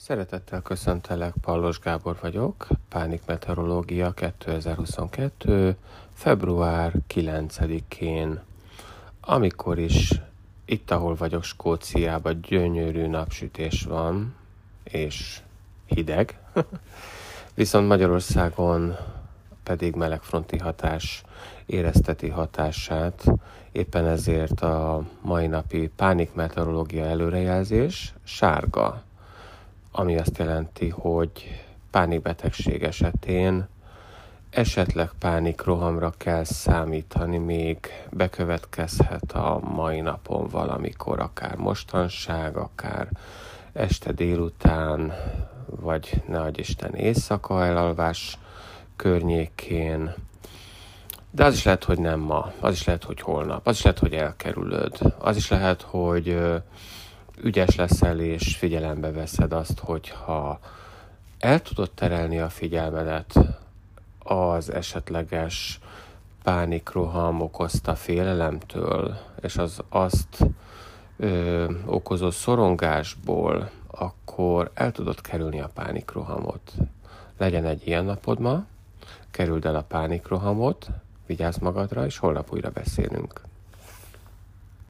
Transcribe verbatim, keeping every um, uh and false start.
Szeretettel köszöntelek, Pallos Gábor vagyok, Pánikmeteorológia kétezer-huszonkettő. február kilencedikén, amikor is itt, ahol vagyok, Skóciában gyönyörű napsütés van, és hideg, viszont Magyarországon pedig melegfronti hatás érezteti hatását, éppen ezért a mai napi pánikmeteorológia előrejelzés sárga, ami azt jelenti, hogy pánikbetegség esetén esetleg pánikrohamra kell számítani, még bekövetkezhet a mai napon valamikor, akár mostanság, akár este délután, vagy ne adj Isten éjszaka elalvás környékén. De az is lehet, hogy nem ma, az is lehet, hogy holnap, az is lehet, hogy elkerülöd, az is lehet, hogy ügyes leszel és figyelembe veszed azt, hogyha el tudod terelni a figyelmedet az esetleges pánikroham okozta félelemtől, és az azt ö, okozó szorongásból, akkor el tudod kerülni a pánikrohamot. Legyen egy ilyen napod ma, kerüld el a pánikrohamot, vigyázz magadra, és holnap újra beszélünk.